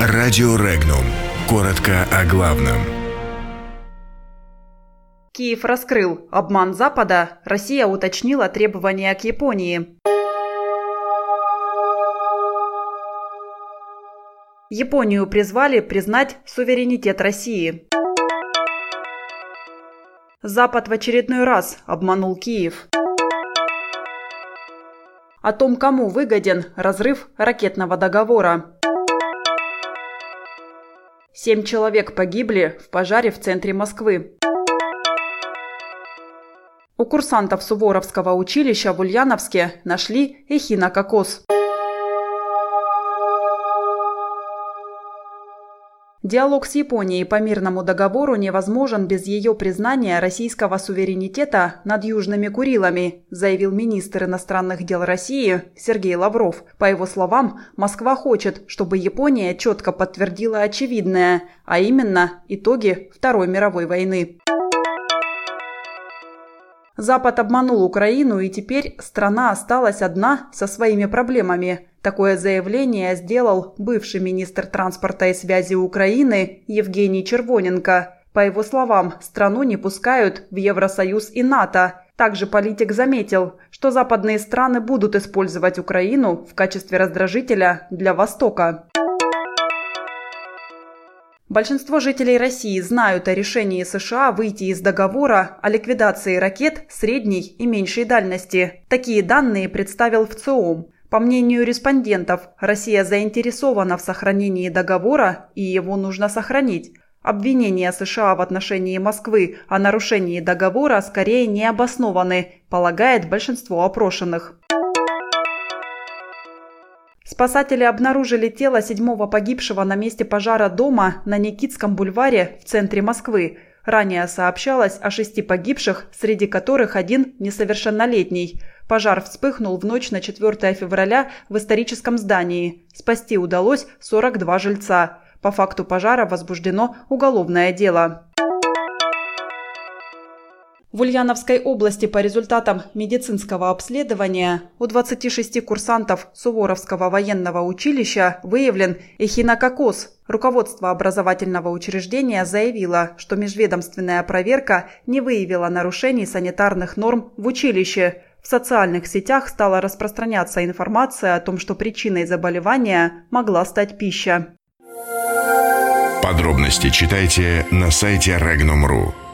Радио Регнум. Коротко о главном. Киев раскрыл обман Запада, Россия уточнила требования к Японии. Японию призвали признать суверенитет России. Запад в очередной раз обманул Киев. О том, кому выгоден разрыв ракетного договора. 7 человек погибли в пожаре в центре Москвы. У курсантов Суворовского училища в Ульяновске нашли эхинококос. Диалог с Японией по мирному договору невозможен без ее признания российского суверенитета над Южными Курилами, заявил министр иностранных дел России Сергей Лавров. По его словам, Москва хочет, чтобы Япония четко подтвердила очевидное, а именно итоги Второй мировой войны. Запад обманул Украину, и теперь страна осталась одна со своими проблемами. Такое заявление сделал бывший министр транспорта и связи Украины Евгений Червоненко. По его словам, страну не пускают в Евросоюз и НАТО. Также политик заметил, что западные страны будут использовать Украину в качестве раздражителя для Востока. Большинство жителей России знают о решении США выйти из договора о ликвидации ракет средней и меньшей дальности. Такие данные представил ВЦИОМ. По мнению респондентов, Россия заинтересована в сохранении договора, и его нужно сохранить. Обвинения США в отношении Москвы о нарушении договора скорее не обоснованы, полагает большинство опрошенных. Спасатели обнаружили тело 7-го погибшего на месте пожара дома на Никитском бульваре в центре Москвы. Ранее сообщалось о 6 погибших, среди которых один несовершеннолетний. Пожар вспыхнул в ночь на 4 февраля в историческом здании. Спасти удалось 42 жильца. По факту пожара возбуждено уголовное дело. В Ульяновской области по результатам медицинского обследования у 26 курсантов Суворовского военного училища выявлен эхинококос. Руководство образовательного учреждения заявило, что межведомственная проверка не выявила нарушений санитарных норм в училище. В социальных сетях стала распространяться информация о том, что причиной заболевания могла стать пища. Подробности читайте на сайте Regnum.ru.